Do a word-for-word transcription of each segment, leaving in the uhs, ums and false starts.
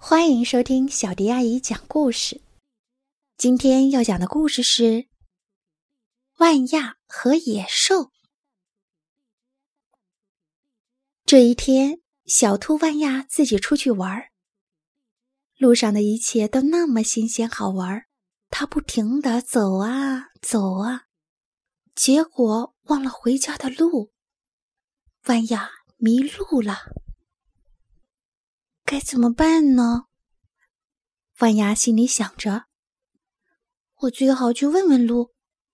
欢迎收听小迪阿姨讲故事。今天要讲的故事是万亚和野兽。这一天，小兔万亚自己出去玩，路上的一切都那么新鲜好玩，它不停地走啊走啊，结果忘了回家的路。万亚迷路了，该怎么办呢？万亚心里想着，我最好去问问路。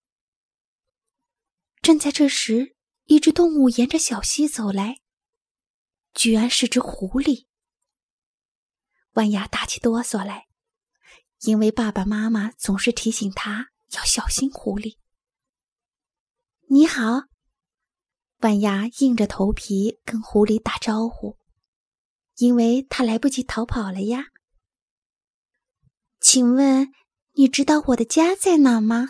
正在这时，一只动物沿着小溪走来，居然是只狐狸。万亚打起哆嗦来，因为爸爸妈妈总是提醒他要小心狐狸。你好，万亚硬着头皮跟狐狸打招呼，因为他来不及逃跑了呀。请问你知道我的家在哪吗？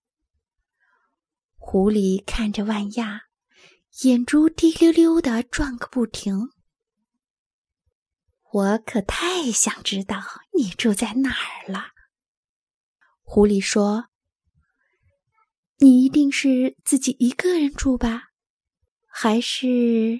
狐狸看着万亚，眼珠滴溜溜地转个不停。我可太想知道你住在哪儿了。狐狸说，你一定是自己一个人住吧？还是……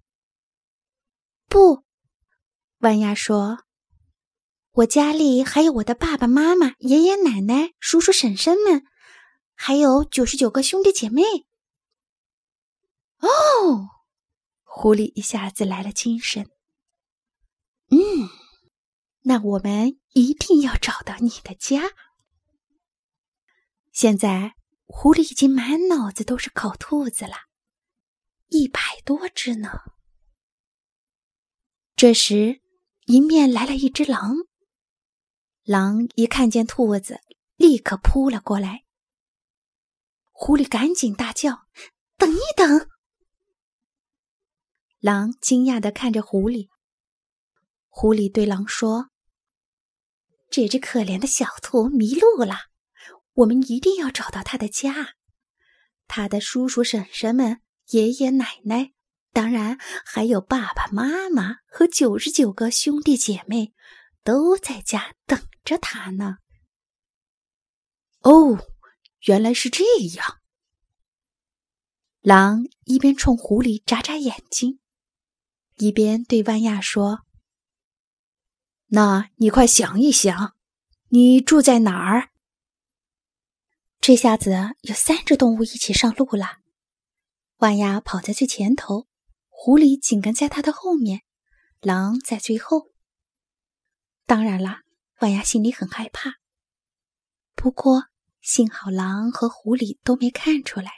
不，万亚说，我家里还有我的爸爸妈妈、爷爷奶奶、叔叔婶婶们，还有九十九个兄弟姐妹。哦，狐狸一下子来了精神。嗯，那我们一定要找到你的家。现在，狐狸已经满脑子都是烤兔子了，一百多只呢。这时，迎面来了一只狼。狼一看见兔子，立刻扑了过来。狐狸赶紧大叫，等一等！狼惊讶地看着狐狸。狐狸对狼说，这只可怜的小兔迷路了，我们一定要找到它的家。它的叔叔婶婶们、爷爷奶奶，当然还有爸爸妈妈和九十九个兄弟姐妹，都在家等着他呢。哦，原来是这样。狼一边冲狐狸眨眨眼睛，一边对万亚说，那你快想一想，你住在哪儿？这下子有三只动物一起上路了。万亚跑在最前头，狐狸紧跟在他的后面，狼在最后。当然啦，万亚心里很害怕。不过幸好狼和狐狸都没看出来。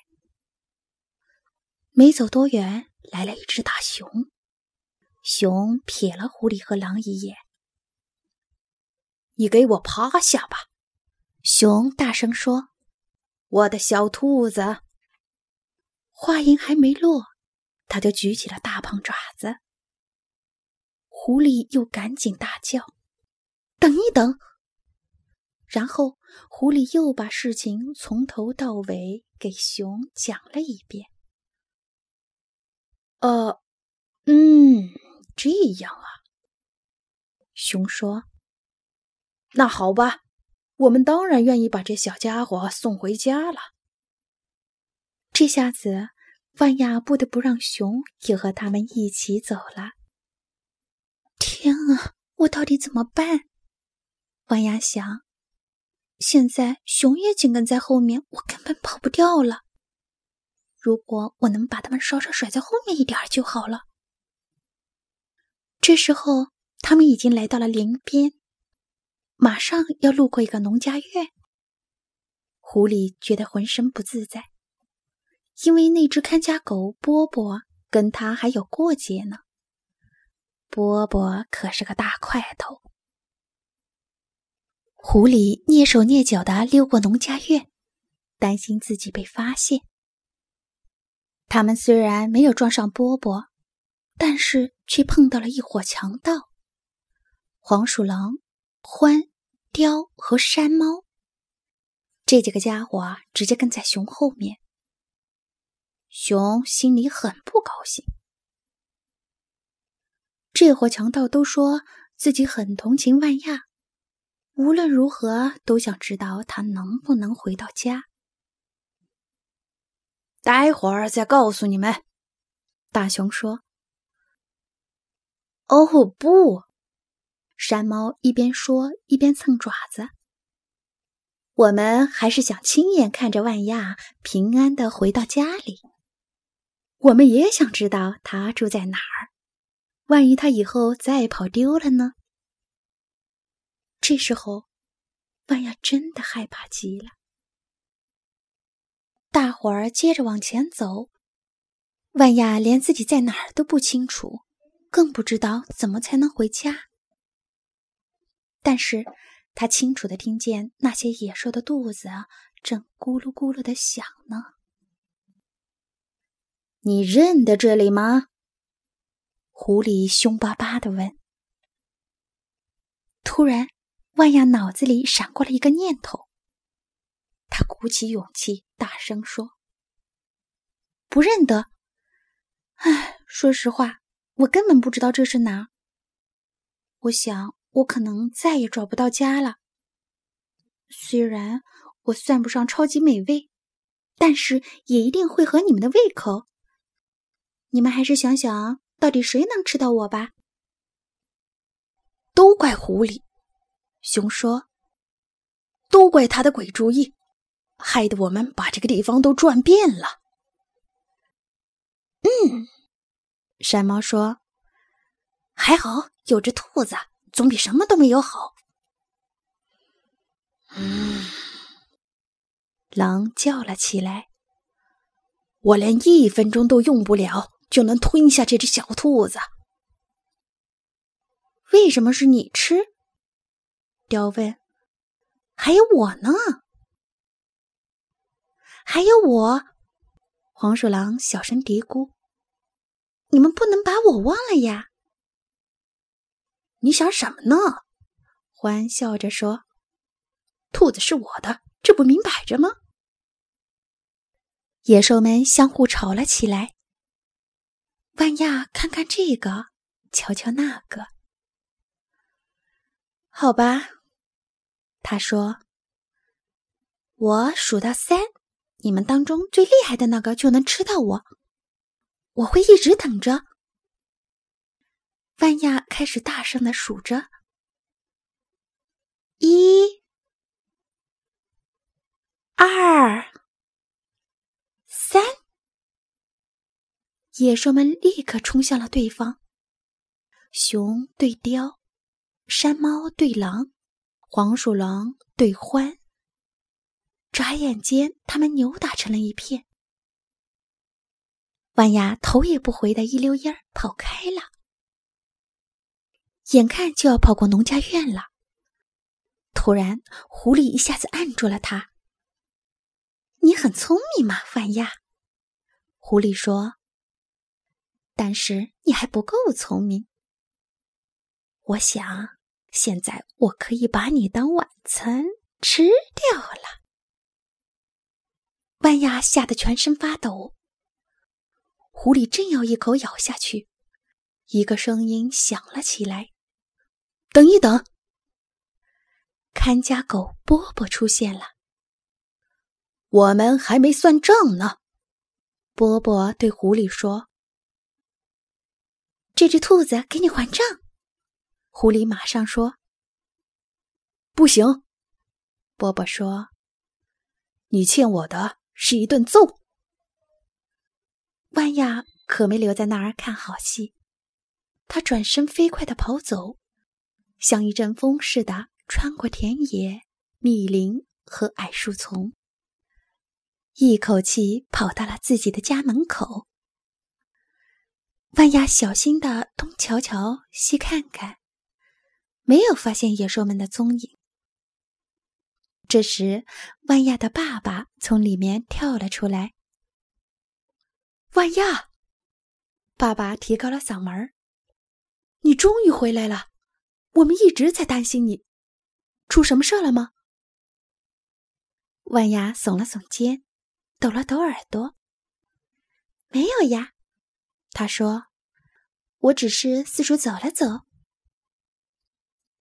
没走多远，来了一只大熊。熊瞥了狐狸和狼一眼。你给我趴下吧！熊大声说，我的小兔子。话音还没落，他就举起了大胖爪子。狐狸又赶紧大叫，等一等！然后狐狸又把事情从头到尾给熊讲了一遍。呃，嗯，这样啊。熊说，那好吧，我们当然愿意把这小家伙送回家了。这下子，万亚不得不让熊也和他们一起走了。天啊，我到底怎么办？万亚想，现在熊也紧跟在后面，我根本跑不掉了。如果我能把他们稍稍甩在后面一点就好了。这时候，他们已经来到了林边，马上要路过一个农家院。狐狸觉得浑身不自在，因为那只看家狗波波跟他还有过节呢。波波可是个大块头。狐狸蹑手蹑脚地溜过农家院，担心自己被发现。他们虽然没有撞上波波，但是却碰到了一伙强盗。黄鼠狼、獾、雕和山猫。这几个家伙啊，直接跟在熊后面。熊心里很不高兴。这伙强盗都说自己很同情万亚，无论如何都想知道他能不能回到家。待会儿再告诉你们，大熊说。哦不，山猫一边说一边蹭爪子。我们还是想亲眼看着万亚平安地回到家里。我们也想知道他住在哪儿，万一他以后再跑丢了呢？这时候，万亚真的害怕极了。大伙儿接着往前走，万亚连自己在哪儿都不清楚，更不知道怎么才能回家。但是他清楚地听见那些野兽的肚子正咕噜咕噜地响呢。你认得这里吗？狐狸凶巴巴地问。突然，万亚脑子里闪过了一个念头，他鼓起勇气大声说：不认得。唉，说实话，我根本不知道这是哪儿。我想我可能再也找不到家了。虽然我算不上超级美味，但是也一定会合你们的胃口。你们还是想想，到底谁能吃到我吧？都怪狐狸，熊说。都怪他的鬼主意，害得我们把这个地方都转遍了。嗯，山猫说。还好有只兔子，总比什么都没有好。嗯，狼叫了起来。我连一分钟都用不了，就能吞下这只小兔子。为什么是你吃？雕问。还有我呢？还有我，黄鼠狼小声嘀咕。你们不能把我忘了呀。你想什么呢？獾笑着说。兔子是我的，这不明摆着吗？野兽们相互吵了起来。万亚看看这个，瞧瞧那个。好吧，他说。我数到三，你们当中最厉害的那个就能吃到我。我会一直等着。万亚开始大声地数着。一，二，三。野兽们立刻冲向了对方。熊对雕，山猫对狼，黄鼠狼对獾。眨眼间，他们扭打成了一片。万亚头也不回的一溜烟儿跑开了。眼看就要跑过农家院了，突然狐狸一下子按住了他。你很聪明嘛，万亚，狐狸说。但是你还不够聪明。我想现在我可以把你当晚餐吃掉了。万亚吓得全身发抖。狐狸正要一口咬下去，一个声音响了起来：等一等！看家狗波波出现了。我们还没算账呢，波波对狐狸说。这只兔子给你还账，狐狸马上说。不行，波波说。你欠我的是一顿揍。万亚可没留在那儿看好戏，他转身飞快地跑走，像一阵风似的穿过田野、密林和矮树丛，一口气跑到了自己的家门口。万亚小心地东瞧瞧西看看，没有发现野兽们的踪影。这时，万亚的爸爸从里面跳了出来。万亚，爸爸提高了嗓门，你终于回来了，我们一直在担心你，出什么事了吗？万亚耸了耸肩，抖了抖耳朵。没有呀，他说，我只是四处走了走。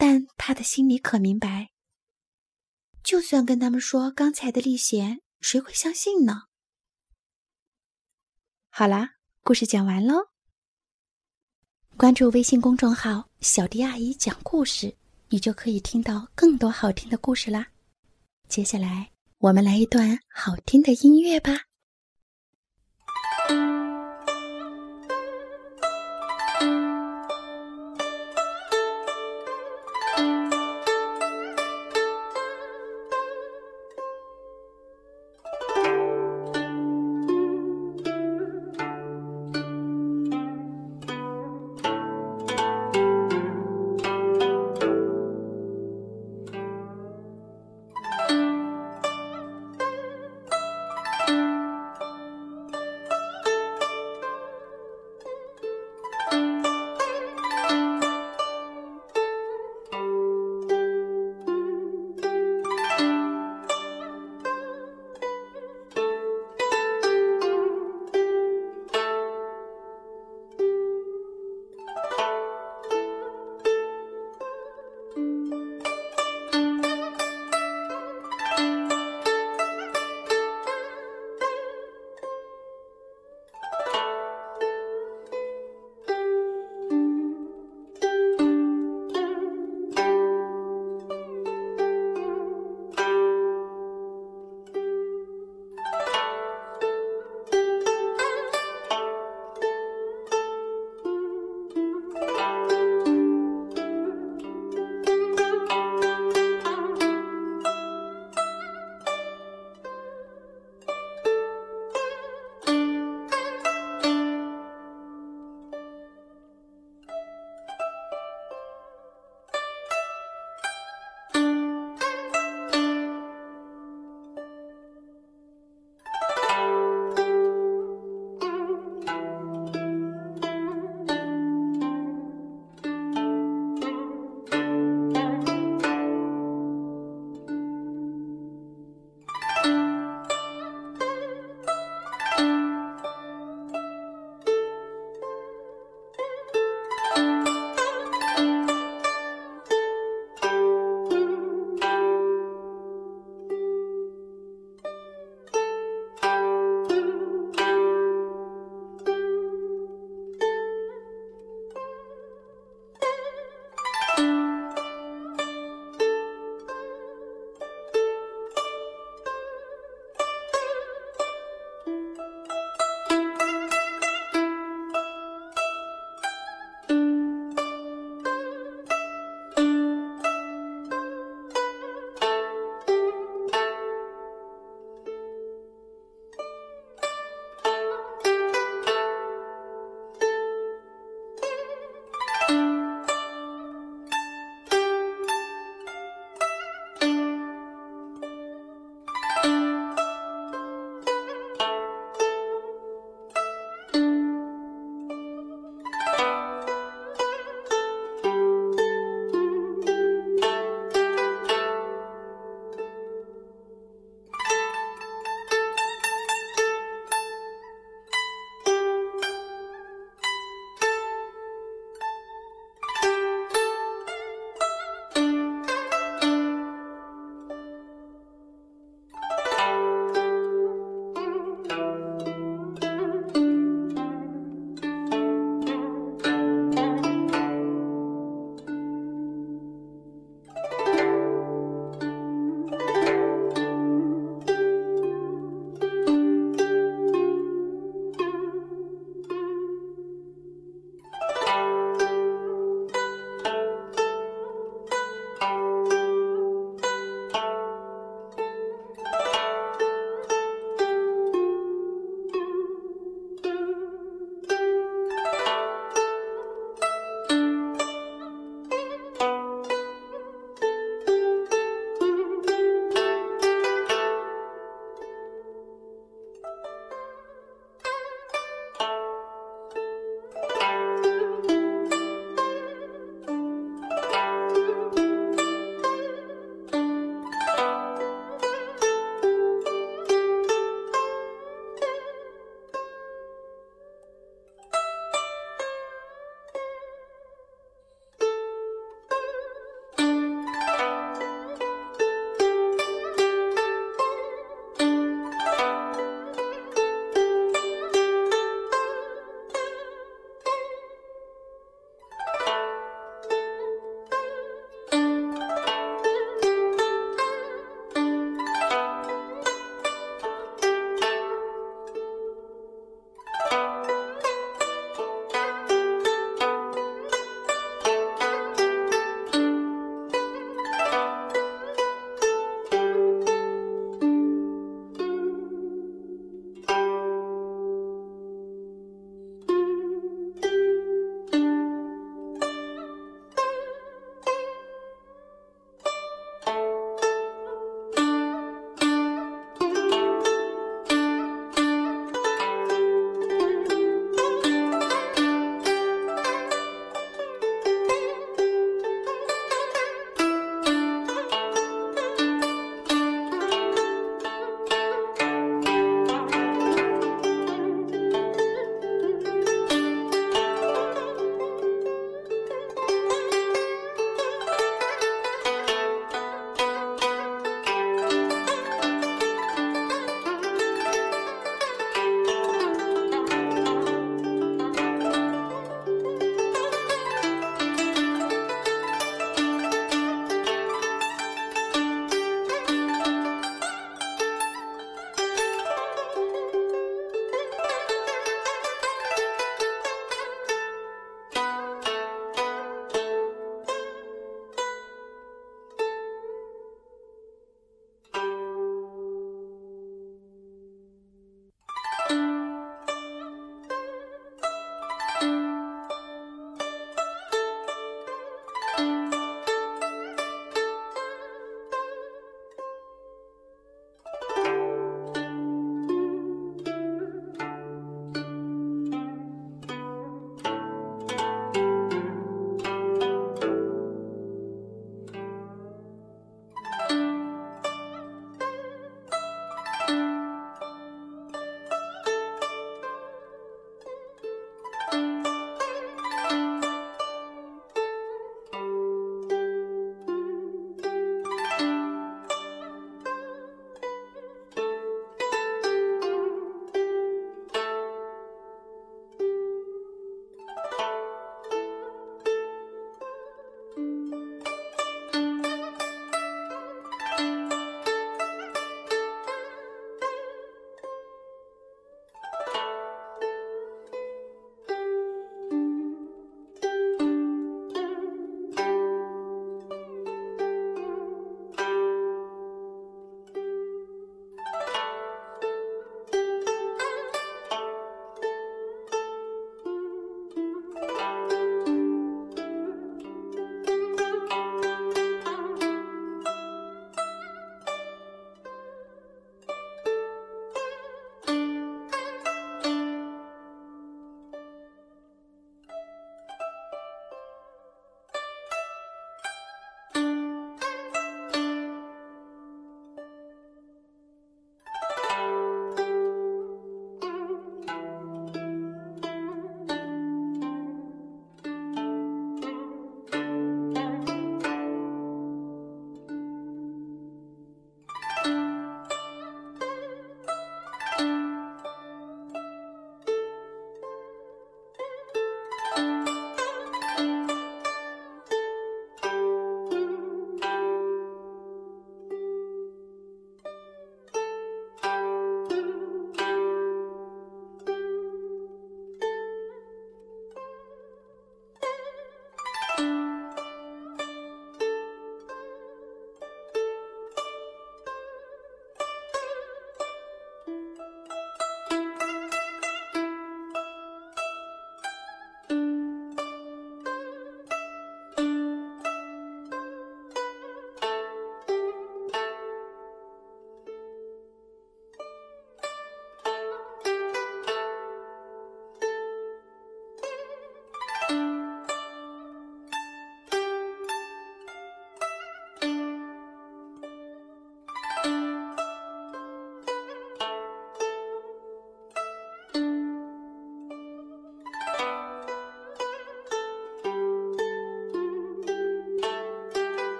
但他的心里可明白，就算跟他们说刚才的历险，谁会相信呢？好啦，故事讲完喽。关注微信公众号“小迪阿姨讲故事”，你就可以听到更多好听的故事啦。接下来，我们来一段好听的音乐吧。